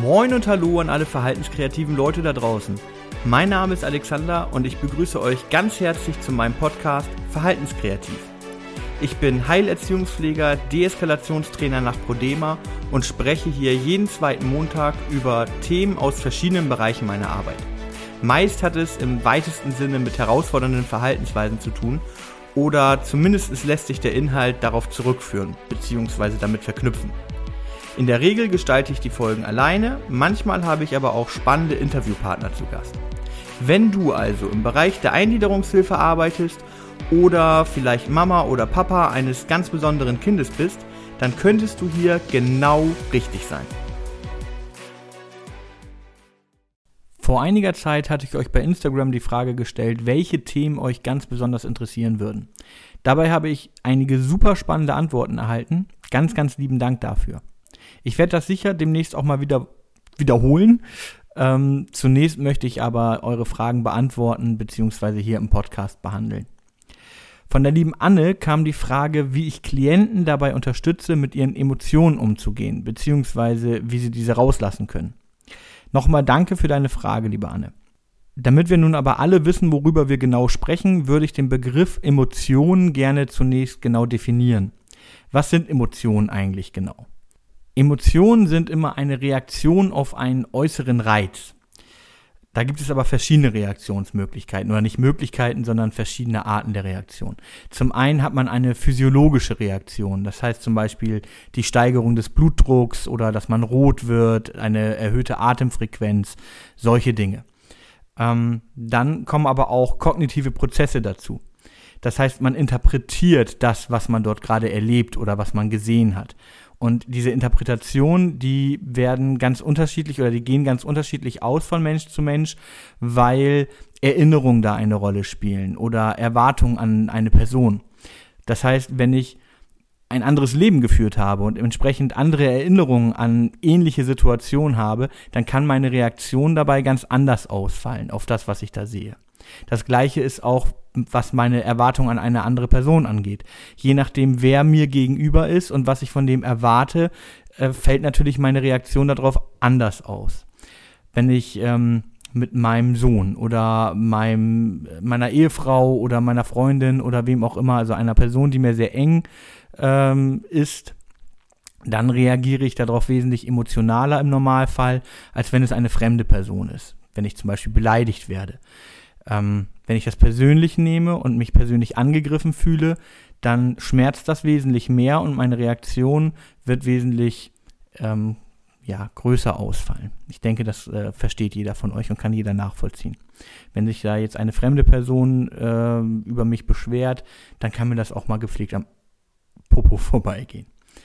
Moin und Hallo an alle verhaltenskreativen Leute da draußen. Mein Name ist Alexander und ich begrüße euch ganz herzlich zu meinem Podcast Verhaltenskreativ. Ich bin Heilerziehungspfleger, Deeskalationstrainer nach Prodema und spreche hier jeden zweiten Montag über Themen aus verschiedenen Bereichen meiner Arbeit. Meist hat es im weitesten Sinne mit herausfordernden Verhaltensweisen zu tun oder zumindest lässt sich der Inhalt darauf zurückführen bzw. damit verknüpfen. In der Regel gestalte ich die Folgen alleine, manchmal habe ich aber auch spannende Interviewpartner zu Gast. Wenn du also im Bereich der Eingliederungshilfe arbeitest oder vielleicht Mama oder Papa eines ganz besonderen Kindes bist, dann könntest du hier genau richtig sein. Vor einiger Zeit hatte ich euch bei Instagram die Frage gestellt, welche Themen euch ganz besonders interessieren würden. Dabei habe ich einige super spannende Antworten erhalten. Ganz, ganz lieben Dank dafür. Ich werde das sicher demnächst auch mal wiederholen. Zunächst möchte ich aber eure Fragen beantworten bzw. hier im Podcast behandeln. Von der lieben Anne kam die Frage, wie ich Klienten dabei unterstütze, mit ihren Emotionen umzugehen bzw. wie sie diese rauslassen können. Nochmal danke für deine Frage, liebe Anne. Damit wir nun aber alle wissen, worüber wir genau sprechen, würde ich den Begriff Emotionen gerne zunächst genau definieren. Was sind Emotionen eigentlich genau? Emotionen sind immer eine Reaktion auf einen äußeren Reiz. Da gibt es aber verschiedene Reaktionsmöglichkeiten oder nicht Möglichkeiten, sondern verschiedene Arten der Reaktion. Zum einen hat man eine physiologische Reaktion, das heißt zum Beispiel die Steigerung des Blutdrucks oder dass man rot wird, eine erhöhte Atemfrequenz, solche Dinge. Dann kommen aber auch kognitive Prozesse dazu. Das heißt, man interpretiert das, was man dort gerade erlebt oder was man gesehen hat. Und diese Interpretationen, die werden ganz unterschiedlich oder die gehen ganz unterschiedlich aus von Mensch zu Mensch, weil Erinnerungen da eine Rolle spielen oder Erwartungen an eine Person. Das heißt, wenn ich ein anderes Leben geführt habe und entsprechend andere Erinnerungen an ähnliche Situationen habe, dann kann meine Reaktion dabei ganz anders ausfallen auf das, was ich da sehe. Das Gleiche ist auch, was meine Erwartung an eine andere Person angeht. Je nachdem, wer mir gegenüber ist und was ich von dem erwarte, fällt natürlich meine Reaktion darauf anders aus. Wenn ich mit meinem Sohn oder meiner Ehefrau oder meiner Freundin oder wem auch immer, also einer Person, die mir sehr eng ist, dann reagiere ich darauf wesentlich emotionaler im Normalfall, als wenn es eine fremde Person ist. Wenn ich zum Beispiel beleidigt werde. Wenn ich das persönlich nehme und mich persönlich angegriffen fühle, dann schmerzt das wesentlich mehr und meine Reaktion wird wesentlich größer ausfallen. Ich denke, das versteht jeder von euch und kann jeder nachvollziehen. Wenn sich da jetzt eine fremde Person über mich beschwert, dann kann mir das auch mal gepflegt am Popo vorbeigehen.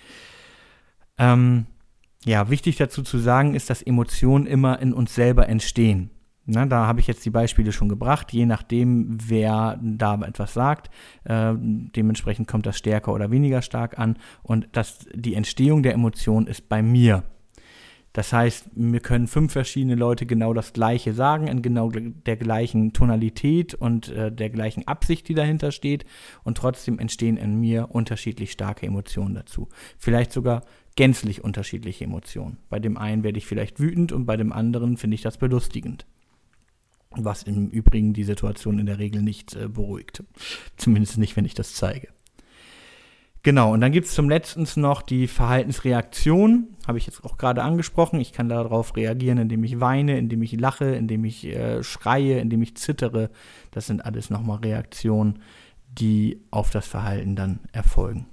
Wichtig dazu zu sagen ist, dass Emotionen immer in uns selber entstehen. Na, da habe ich jetzt die Beispiele schon gebracht, je nachdem, wer da etwas sagt, dementsprechend kommt das stärker oder weniger stark an und die Entstehung der Emotion ist bei mir. Das heißt, mir können 5 verschiedene Leute genau das Gleiche sagen, in genau der gleichen Tonalität und der gleichen Absicht, die dahinter steht und trotzdem entstehen in mir unterschiedlich starke Emotionen dazu. Vielleicht sogar gänzlich unterschiedliche Emotionen. Bei dem einen werde ich vielleicht wütend und bei dem anderen finde ich das belustigend. Was im Übrigen die Situation in der Regel nicht beruhigt. Zumindest nicht, wenn ich das zeige. Genau, und dann gibt es zum Letzten noch die Verhaltensreaktion. Habe ich jetzt auch gerade angesprochen. Ich kann darauf reagieren, indem ich weine, indem ich lache, indem ich schreie, indem ich zittere. Das sind alles nochmal Reaktionen, die auf das Verhalten dann erfolgen.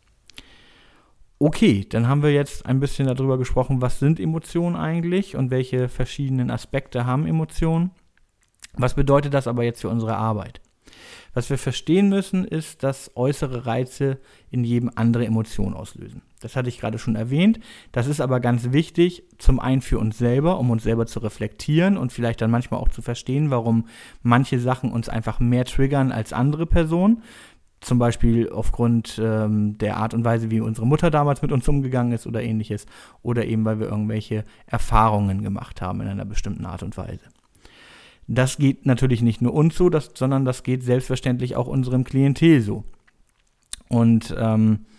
Okay, dann haben wir jetzt ein bisschen darüber gesprochen, was sind Emotionen eigentlich und welche verschiedenen Aspekte haben Emotionen. Was bedeutet das aber jetzt für unsere Arbeit? Was wir verstehen müssen, ist, dass äußere Reize in jedem andere Emotionen auslösen. Das hatte ich gerade schon erwähnt. Das ist aber ganz wichtig, zum einen für uns selber, um uns selber zu reflektieren und vielleicht dann manchmal auch zu verstehen, warum manche Sachen uns einfach mehr triggern als andere Personen. Zum Beispiel aufgrund der Art und Weise, wie unsere Mutter damals mit uns umgegangen ist oder ähnliches. Oder eben, weil wir irgendwelche Erfahrungen gemacht haben in einer bestimmten Art und Weise. Das geht natürlich nicht nur uns so, sondern das geht selbstverständlich auch unserem Klientel so. Und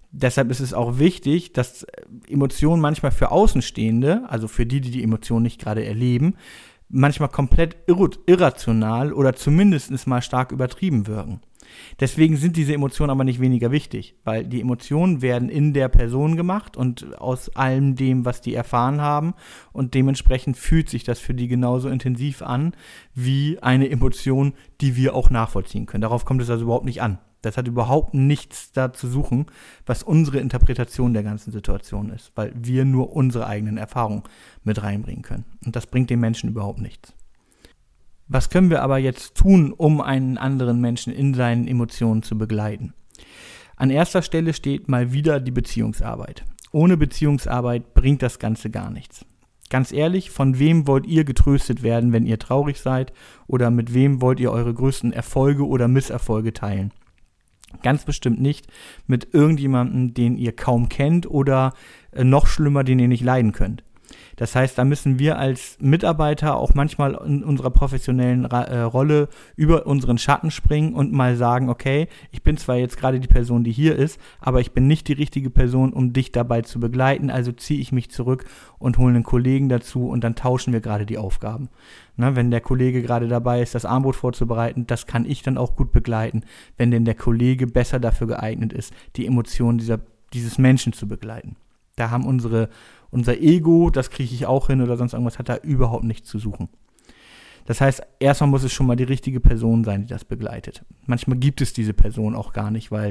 Deshalb ist es auch wichtig, dass Emotionen manchmal für Außenstehende, also für die die Emotionen nicht gerade erleben, manchmal komplett irrational oder zumindest mal stark übertrieben wirken. Deswegen sind diese Emotionen aber nicht weniger wichtig, weil die Emotionen werden in der Person gemacht und aus allem dem, was die erfahren haben, und dementsprechend fühlt sich das für die genauso intensiv an wie eine Emotion, die wir auch nachvollziehen können. Darauf kommt es also überhaupt nicht an. Das hat überhaupt nichts da zu suchen, was unsere Interpretation der ganzen Situation ist, weil wir nur unsere eigenen Erfahrungen mit reinbringen können. Und das bringt den Menschen überhaupt nichts. Was können wir aber jetzt tun, um einen anderen Menschen in seinen Emotionen zu begleiten? An erster Stelle steht mal wieder die Beziehungsarbeit. Ohne Beziehungsarbeit bringt das Ganze gar nichts. Ganz ehrlich, von wem wollt ihr getröstet werden, wenn ihr traurig seid? Oder mit wem wollt ihr eure größten Erfolge oder Misserfolge teilen? Ganz bestimmt nicht mit irgendjemandem, den ihr kaum kennt oder noch schlimmer, den ihr nicht leiden könnt. Das heißt, da müssen wir als Mitarbeiter auch manchmal in unserer professionellen Rolle über unseren Schatten springen und mal sagen, okay, ich bin zwar jetzt gerade die Person, die hier ist, aber ich bin nicht die richtige Person, um dich dabei zu begleiten, also ziehe ich mich zurück und hole einen Kollegen dazu und dann tauschen wir gerade die Aufgaben. Na, wenn der Kollege gerade dabei ist, das Armbrot vorzubereiten, das kann ich dann auch gut begleiten, wenn denn der Kollege besser dafür geeignet ist, die Emotionen dieses Menschen zu begleiten. Da haben unser Ego, das kriege ich auch hin oder sonst irgendwas, hat da überhaupt nichts zu suchen. Das heißt, erstmal muss es schon mal die richtige Person sein, die das begleitet. Manchmal gibt es diese Person auch gar nicht, weil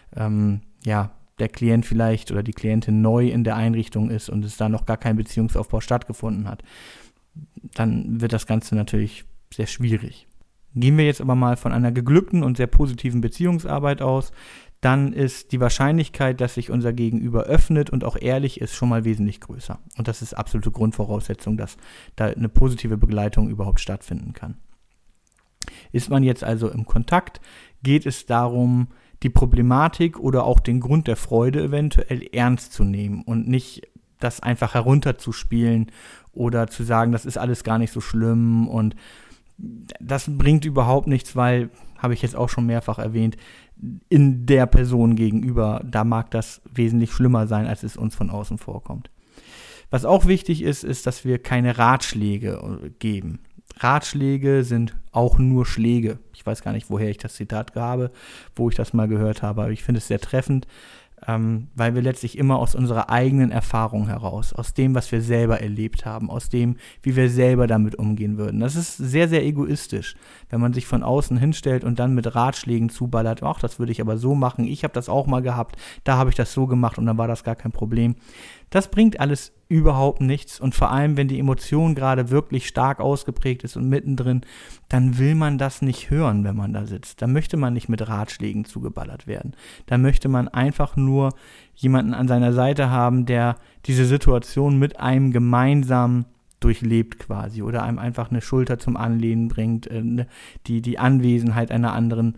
der Klient vielleicht oder die Klientin neu in der Einrichtung ist und es da noch gar kein Beziehungsaufbau stattgefunden hat. Dann wird das Ganze natürlich sehr schwierig. Gehen wir jetzt aber mal von einer geglückten und sehr positiven Beziehungsarbeit aus, dann ist die Wahrscheinlichkeit, dass sich unser Gegenüber öffnet und auch ehrlich ist, schon mal wesentlich größer. Und das ist absolute Grundvoraussetzung, dass da eine positive Begleitung überhaupt stattfinden kann. Ist man jetzt also im Kontakt, geht es darum, die Problematik oder auch den Grund der Freude eventuell ernst zu nehmen und nicht das einfach herunterzuspielen oder zu sagen, das ist alles gar nicht so schlimm, und das bringt überhaupt nichts, weil, habe ich jetzt auch schon mehrfach erwähnt, in der Person gegenüber, da mag das wesentlich schlimmer sein, als es uns von außen vorkommt. Was auch wichtig ist, ist, dass wir keine Ratschläge geben. Ratschläge sind auch nur Schläge. Ich weiß gar nicht, woher ich das Zitat habe, wo ich das mal gehört habe, aber ich finde es sehr treffend, weil wir letztlich immer aus unserer eigenen Erfahrung heraus, aus dem, was wir selber erlebt haben, aus dem, wie wir selber damit umgehen würden. Das ist sehr, sehr egoistisch, wenn man sich von außen hinstellt und dann mit Ratschlägen zuballert, ach, das würde ich aber so machen, ich habe das auch mal gehabt, da habe ich das so gemacht und dann war das gar kein Problem. Das bringt alles überhaupt nichts, und vor allem, wenn die Emotion gerade wirklich stark ausgeprägt ist und mittendrin, dann will man das nicht hören, wenn man da sitzt. Da möchte man nicht mit Ratschlägen zugeballert werden. Da möchte man einfach nur jemanden an seiner Seite haben, der diese Situation mit einem gemeinsam durchlebt quasi oder einem einfach eine Schulter zum Anlehnen bringt, die Anwesenheit einer anderen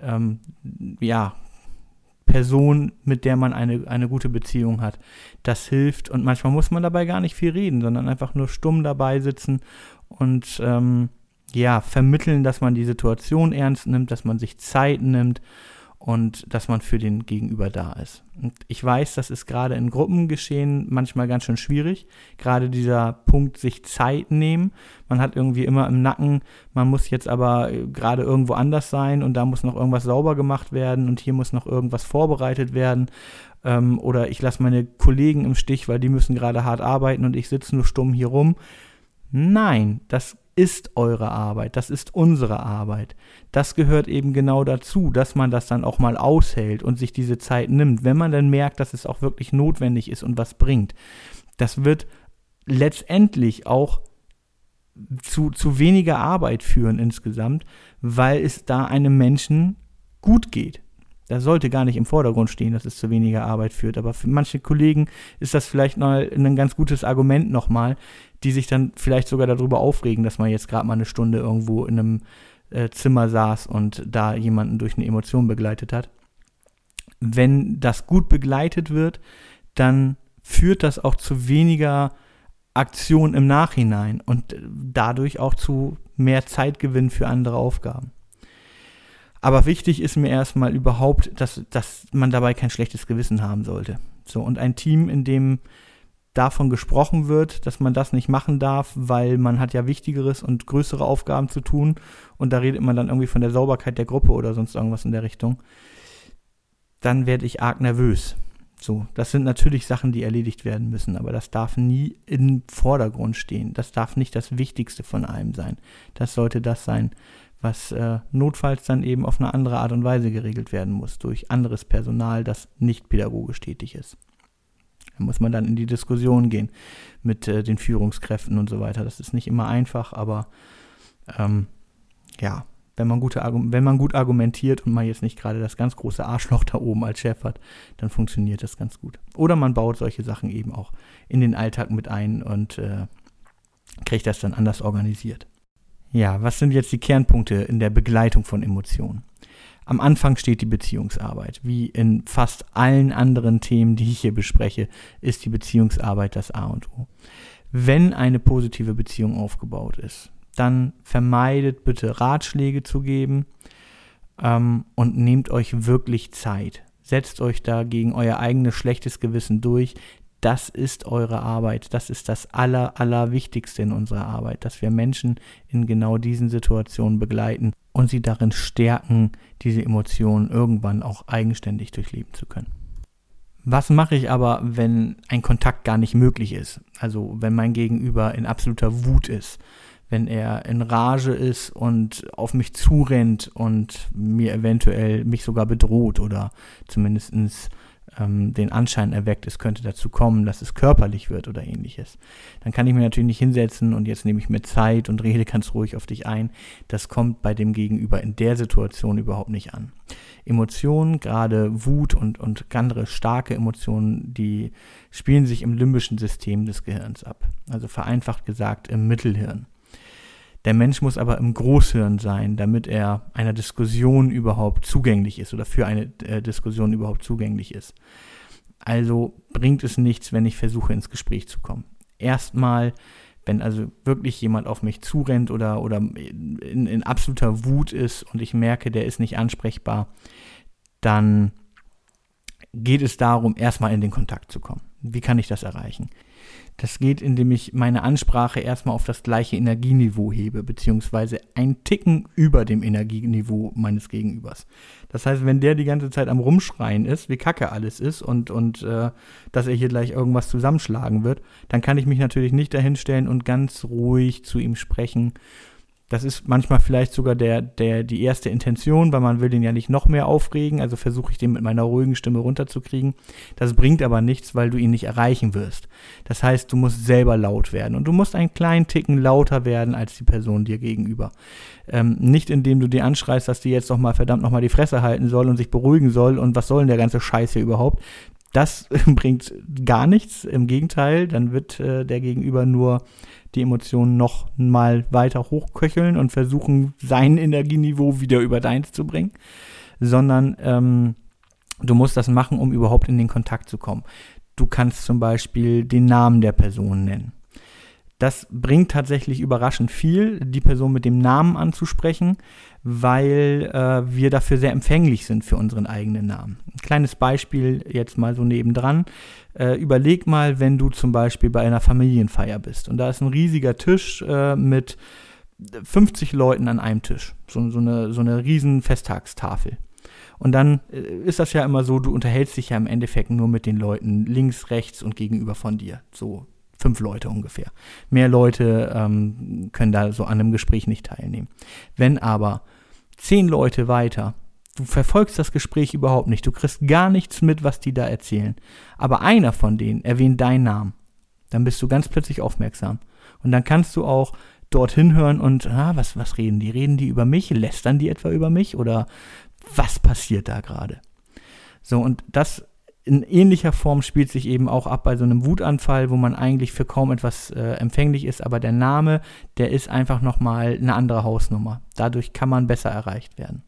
Person, mit der man eine gute Beziehung hat. Das hilft, und manchmal muss man dabei gar nicht viel reden, sondern einfach nur stumm dabei sitzen und vermitteln, dass man die Situation ernst nimmt, dass man sich Zeit nimmt und dass man für den Gegenüber da ist. Und ich weiß, das ist gerade in Gruppengeschehen manchmal ganz schön schwierig, gerade dieser Punkt, sich Zeit nehmen. Man hat irgendwie immer im Nacken, man muss jetzt aber gerade irgendwo anders sein und da muss noch irgendwas sauber gemacht werden und hier muss noch irgendwas vorbereitet werden, oder ich lasse meine Kollegen im Stich, weil die müssen gerade hart arbeiten und ich sitze nur stumm hier rum. Nein, das ist eure Arbeit, das ist unsere Arbeit. Das gehört eben genau dazu, dass man das dann auch mal aushält und sich diese Zeit nimmt, wenn man dann merkt, dass es auch wirklich notwendig ist und was bringt. Das wird letztendlich auch zu weniger Arbeit führen insgesamt, weil es da einem Menschen gut geht. Das sollte gar nicht im Vordergrund stehen, dass es zu weniger Arbeit führt. Aber für manche Kollegen ist das vielleicht mal ein ganz gutes Argument nochmal, die sich dann vielleicht sogar darüber aufregen, dass man jetzt gerade mal eine Stunde irgendwo in einem Zimmer saß und da jemanden durch eine Emotion begleitet hat. Wenn das gut begleitet wird, dann führt das auch zu weniger Aktion im Nachhinein und dadurch auch zu mehr Zeitgewinn für andere Aufgaben. Aber wichtig ist mir erstmal überhaupt, dass man dabei kein schlechtes Gewissen haben sollte. So, und ein Team, in dem davon gesprochen wird, dass man das nicht machen darf, weil man hat ja Wichtigeres und größere Aufgaben zu tun und da redet man dann irgendwie von der Sauberkeit der Gruppe oder sonst irgendwas in der Richtung, dann werde ich arg nervös. So, das sind natürlich Sachen, die erledigt werden müssen, aber das darf nie im Vordergrund stehen. Das darf nicht das Wichtigste von einem sein. Das sollte das sein, was notfalls dann eben auf eine andere Art und Weise geregelt werden muss, durch anderes Personal, das nicht pädagogisch tätig ist. Da muss man dann in die Diskussion gehen mit den Führungskräften und so weiter. Das ist nicht immer einfach, aber ja, wenn man gut argumentiert und man jetzt nicht gerade das ganz große Arschloch da oben als Chef hat, dann funktioniert das ganz gut. Oder man baut solche Sachen eben auch in den Alltag mit ein und kriegt das dann anders organisiert. Ja, was sind jetzt die Kernpunkte in der Begleitung von Emotionen? Am Anfang steht die Beziehungsarbeit. Wie in fast allen anderen Themen, die ich hier bespreche, ist die Beziehungsarbeit das A und O. Wenn eine positive Beziehung aufgebaut ist, dann vermeidet bitte Ratschläge zu geben und nehmt euch wirklich Zeit. Setzt euch da gegen euer eigenes schlechtes Gewissen durch. Das ist eure Arbeit. Das ist das Allerwichtigste in unserer Arbeit, dass wir Menschen in genau diesen Situationen begleiten und sie darin stärken, diese Emotionen irgendwann auch eigenständig durchleben zu können. Was mache ich aber, wenn ein Kontakt gar nicht möglich ist? Also wenn mein Gegenüber in absoluter Wut ist, wenn er in Rage ist und auf mich zurennt und mir eventuell mich sogar bedroht oder zumindestens den Anschein erweckt, es könnte dazu kommen, dass es körperlich wird oder ähnliches. Dann kann ich mir natürlich nicht hinsetzen und jetzt nehme ich mir Zeit und rede ganz ruhig auf dich ein. Das kommt bei dem Gegenüber in der Situation überhaupt nicht an. Emotionen, gerade Wut und andere starke Emotionen, die spielen sich im limbischen System des Gehirns ab. Also vereinfacht gesagt im Mittelhirn. Der Mensch muss aber im Großhirn sein, damit er einer Diskussion überhaupt zugänglich ist oder für eine Diskussion überhaupt zugänglich ist. Also bringt es nichts, wenn ich versuche, ins Gespräch zu kommen. Erstmal, wenn also wirklich jemand auf mich zurennt oder in absoluter Wut ist und ich merke, der ist nicht ansprechbar, dann geht es darum, erstmal in den Kontakt zu kommen. Wie kann ich das erreichen? Das geht, indem ich meine Ansprache erstmal auf das gleiche Energieniveau hebe, beziehungsweise ein Ticken über dem Energieniveau meines Gegenübers. Das heißt, wenn der die ganze Zeit am Rumschreien ist, wie kacke alles ist und dass er hier gleich irgendwas zusammenschlagen wird, dann kann ich mich natürlich nicht dahinstellen und ganz ruhig zu ihm sprechen. Das ist manchmal vielleicht sogar die erste Intention, weil man will den ja nicht noch mehr aufregen, also versuche ich den mit meiner ruhigen Stimme runterzukriegen. Das bringt aber nichts, weil du ihn nicht erreichen wirst. Das heißt, du musst selber laut werden und du musst einen kleinen Ticken lauter werden als die Person dir gegenüber. Nicht indem du dir anschreist, dass die jetzt doch mal verdammt nochmal die Fresse halten soll und sich beruhigen soll und was soll denn der ganze Scheiß hier überhaupt. Das bringt gar nichts, im Gegenteil, dann wird der Gegenüber nur die Emotionen noch mal weiter hochköcheln und versuchen, sein Energieniveau wieder über deins zu bringen, sondern du musst das machen, um überhaupt in den Kontakt zu kommen. Du kannst zum Beispiel den Namen der Person nennen. Das bringt tatsächlich überraschend viel, die Person mit dem Namen anzusprechen, weil wir dafür sehr empfänglich sind für unseren eigenen Namen. Ein kleines Beispiel jetzt mal so nebendran. Überleg mal, wenn du zum Beispiel bei einer Familienfeier bist und da ist ein riesiger Tisch mit 50 Leuten an einem Tisch, so eine riesen Festtagstafel. Und dann ist das ja immer so, du unterhältst dich ja im Endeffekt nur mit den Leuten links, rechts und gegenüber von dir, so 5 Leute ungefähr. Mehr Leute können da so an einem Gespräch nicht teilnehmen. Wenn aber 10 Leute weiter, du verfolgst das Gespräch überhaupt nicht, du kriegst gar nichts mit, was die da erzählen, aber einer von denen erwähnt deinen Namen, dann bist du ganz plötzlich aufmerksam. Und dann kannst du auch dorthin hören und, was reden die? Reden die über mich? Lästern die etwa über mich? Oder was passiert da gerade? So, und das in ähnlicher Form spielt sich eben auch ab bei so einem Wutanfall, wo man eigentlich für kaum etwas empfänglich ist, aber der Name, der ist einfach nochmal eine andere Hausnummer. Dadurch kann man besser erreicht werden.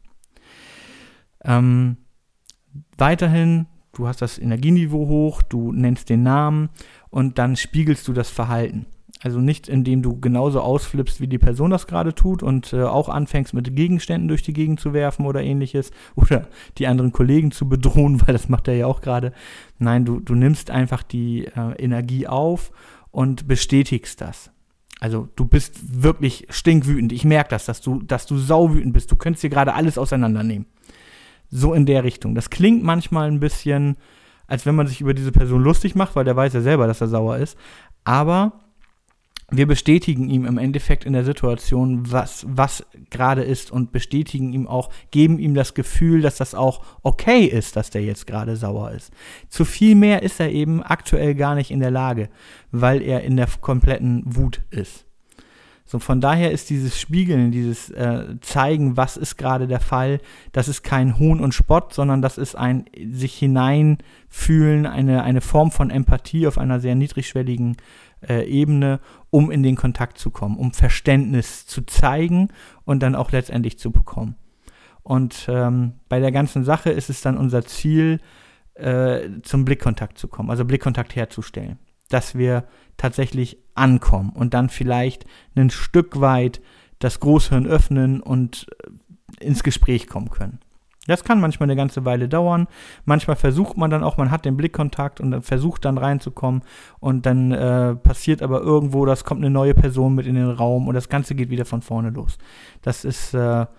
Weiterhin, du hast das Energieniveau hoch, du nennst den Namen und dann spiegelst du das Verhalten. Also nicht, indem du genauso ausflippst, wie die Person das gerade tut und auch anfängst, mit Gegenständen durch die Gegend zu werfen oder ähnliches oder die anderen Kollegen zu bedrohen, weil das macht er ja auch gerade. Nein, du nimmst einfach die Energie auf und bestätigst das. Also du bist wirklich stinkwütend. Ich merke das, dass du sauwütend bist. Du könntest dir gerade alles auseinandernehmen. So in der Richtung. Das klingt manchmal ein bisschen, als wenn man sich über diese Person lustig macht, weil der weiß ja selber, dass er sauer ist. Aber wir bestätigen ihm im Endeffekt in der Situation, was gerade ist und bestätigen ihm auch, geben ihm das Gefühl, dass das auch okay ist, dass der jetzt gerade sauer ist. Zu viel mehr ist er eben aktuell gar nicht in der Lage, weil er in der kompletten Wut ist. So, von daher ist dieses Spiegeln, dieses Zeigen, was ist gerade der Fall, das ist kein Hohn und Spott, sondern das ist ein sich hineinfühlen, eine Form von Empathie auf einer sehr niedrigschwelligen Ebene, um in den Kontakt zu kommen, um Verständnis zu zeigen und dann auch letztendlich zu bekommen. Und bei der ganzen Sache ist es dann unser Ziel, zum Blickkontakt zu kommen, also Blickkontakt herzustellen, dass wir tatsächlich ankommen und dann vielleicht ein Stück weit das Großhirn öffnen und ins Gespräch kommen können. Das kann manchmal eine ganze Weile dauern. Manchmal versucht man dann auch, man hat den Blickkontakt und dann versucht dann reinzukommen und dann passiert aber irgendwo, das kommt eine neue Person mit in den Raum und das Ganze geht wieder von vorne los. Das ist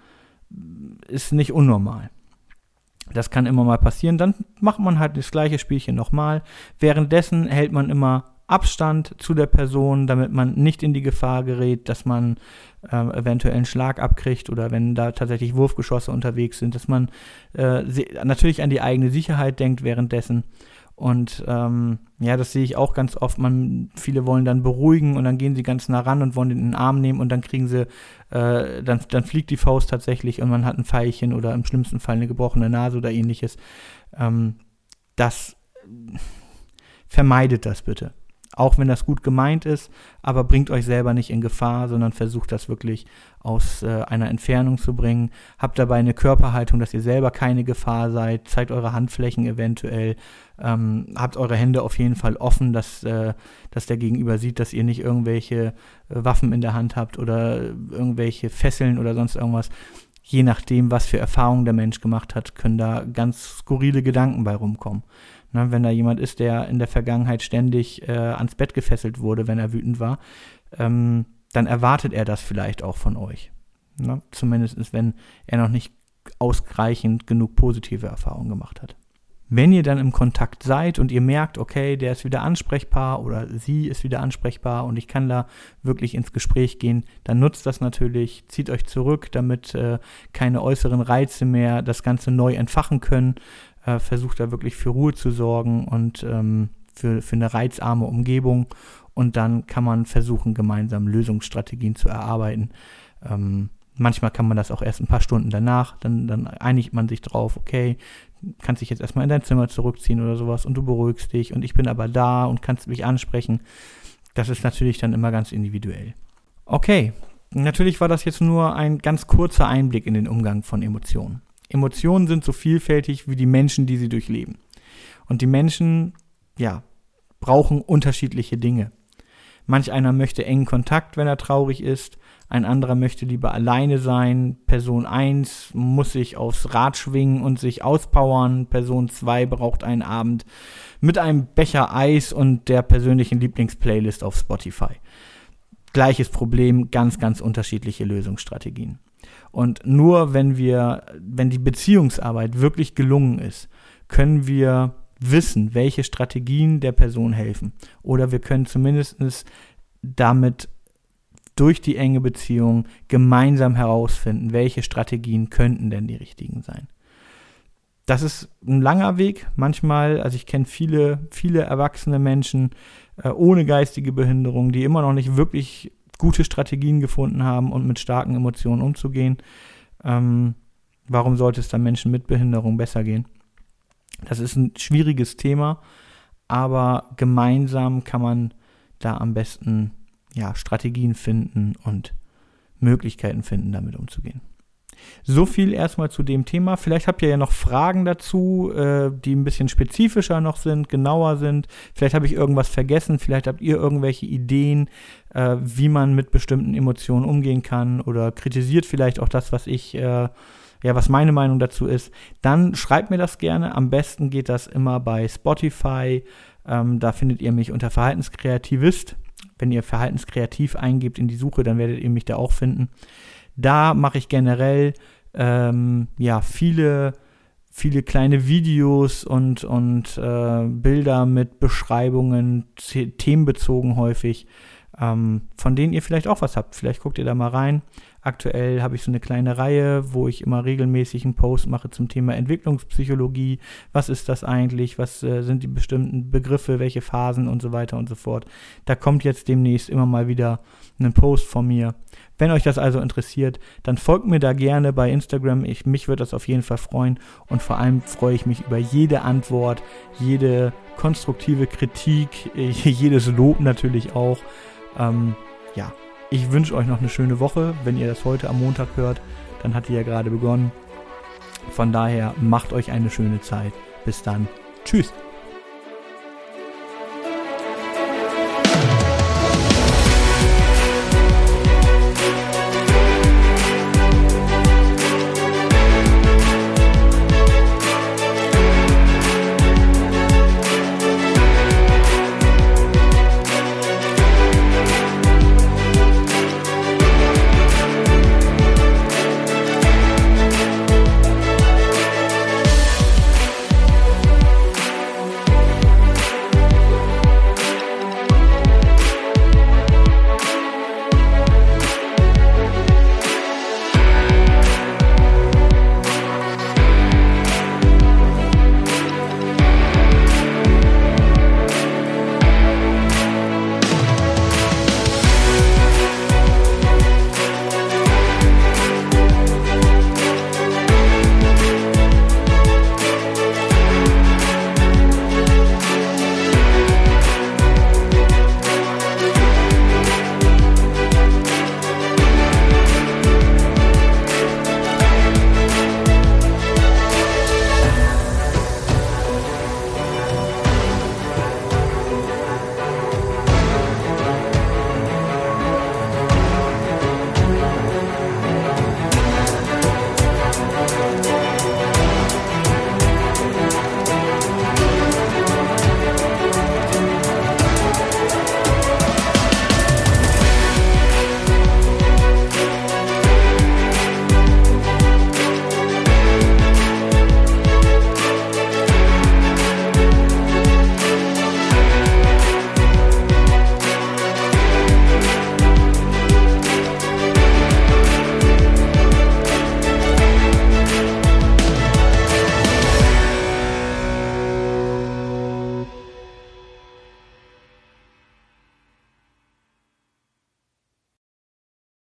nicht unnormal. Das kann immer mal passieren. Dann macht man halt das gleiche Spielchen nochmal. Währenddessen hält man immer Abstand zu der Person, damit man nicht in die Gefahr gerät, dass man eventuell einen Schlag abkriegt oder wenn da tatsächlich Wurfgeschosse unterwegs sind, dass man natürlich an die eigene Sicherheit denkt währenddessen. Und das sehe ich auch ganz oft. Viele wollen dann beruhigen und dann gehen sie ganz nah ran und wollen den in den Arm nehmen und dann kriegen sie, dann fliegt die Faust tatsächlich und man hat ein Pfeilchen oder im schlimmsten Fall eine gebrochene Nase oder ähnliches. Vermeidet das bitte. Auch wenn das gut gemeint ist, aber bringt euch selber nicht in Gefahr, sondern versucht das wirklich aus einer Entfernung zu bringen. Habt dabei eine Körperhaltung, dass ihr selber keine Gefahr seid. Zeigt eure Handflächen eventuell. Habt eure Hände auf jeden Fall offen, dass der Gegenüber sieht, dass ihr nicht irgendwelche Waffen in der Hand habt oder irgendwelche Fesseln oder sonst irgendwas. Je nachdem, was für Erfahrungen der Mensch gemacht hat, können da ganz skurrile Gedanken bei rumkommen. Ne, wenn da jemand ist, der in der Vergangenheit ständig ans Bett gefesselt wurde, wenn er wütend war, dann erwartet er das vielleicht auch von euch. Ne? Zumindest wenn er noch nicht ausreichend genug positive Erfahrungen gemacht hat. Wenn ihr dann im Kontakt seid und ihr merkt, okay, der ist wieder ansprechbar oder sie ist wieder ansprechbar und ich kann da wirklich ins Gespräch gehen, dann nutzt das natürlich, zieht euch zurück, damit keine äußeren Reize mehr das Ganze neu entfachen können. Versucht da wirklich für Ruhe zu sorgen und für eine reizarme Umgebung und dann kann man versuchen, gemeinsam Lösungsstrategien zu erarbeiten. Manchmal kann man das auch erst ein paar Stunden danach, dann einigt man sich drauf, okay, kannst dich jetzt erstmal in dein Zimmer zurückziehen oder sowas und du beruhigst dich und ich bin aber da und kannst mich ansprechen. Das ist natürlich dann immer ganz individuell. Okay, natürlich war das jetzt nur ein ganz kurzer Einblick in den Umgang von Emotionen. Emotionen sind so vielfältig wie die Menschen, die sie durchleben. Und die Menschen, brauchen unterschiedliche Dinge. Manch einer möchte engen Kontakt, wenn er traurig ist. Ein anderer möchte lieber alleine sein. Person 1 muss sich aufs Rad schwingen und sich auspowern. Person 2 braucht einen Abend mit einem Becher Eis und der persönlichen Lieblingsplaylist auf Spotify. Gleiches Problem, ganz, ganz unterschiedliche Lösungsstrategien. Und nur wenn die Beziehungsarbeit wirklich gelungen ist, können wir wissen, welche Strategien der Person helfen. Oder wir können zumindest damit durch die enge Beziehung gemeinsam herausfinden, welche Strategien könnten denn die richtigen sein. Das ist ein langer Weg. Manchmal, also ich kenne viele, viele erwachsene Menschen ohne geistige Behinderung, die immer noch nicht wirklich gute Strategien gefunden haben und mit starken Emotionen umzugehen. Warum sollte es dann Menschen mit Behinderung besser gehen? Das ist ein schwieriges Thema, aber gemeinsam kann man da am besten Strategien finden und Möglichkeiten finden, damit umzugehen. So viel erstmal zu dem Thema. Vielleicht habt ihr ja noch Fragen dazu, die ein bisschen spezifischer noch sind, genauer sind. Vielleicht habe ich irgendwas vergessen, vielleicht habt ihr irgendwelche Ideen, wie man mit bestimmten Emotionen umgehen kann oder kritisiert vielleicht auch das, was meine Meinung dazu ist. Dann schreibt mir das gerne. Am besten geht das immer bei Spotify. Da findet ihr mich unter Verhaltenskreativist. Wenn ihr Verhaltenskreativ eingebt in die Suche, dann werdet ihr mich da auch finden. Da mache ich generell viele kleine Videos und Bilder mit Beschreibungen, themenbezogen häufig, von denen ihr vielleicht auch was habt. Vielleicht guckt ihr da mal rein. Aktuell habe ich so eine kleine Reihe, wo ich immer regelmäßig einen Post mache zum Thema Entwicklungspsychologie. Was ist das eigentlich? Was sind die bestimmten Begriffe? Welche Phasen und so weiter und so fort. Da kommt jetzt demnächst immer mal wieder ein Post von mir. Wenn euch das also interessiert, dann folgt mir da gerne bei Instagram. Mich würde das auf jeden Fall freuen. Und vor allem freue ich mich über jede Antwort, jede konstruktive Kritik, jedes Lob natürlich auch. Ich wünsche euch noch eine schöne Woche. Wenn ihr das heute am Montag hört, dann hat die ja gerade begonnen. Von daher macht euch eine schöne Zeit. Bis dann. Tschüss.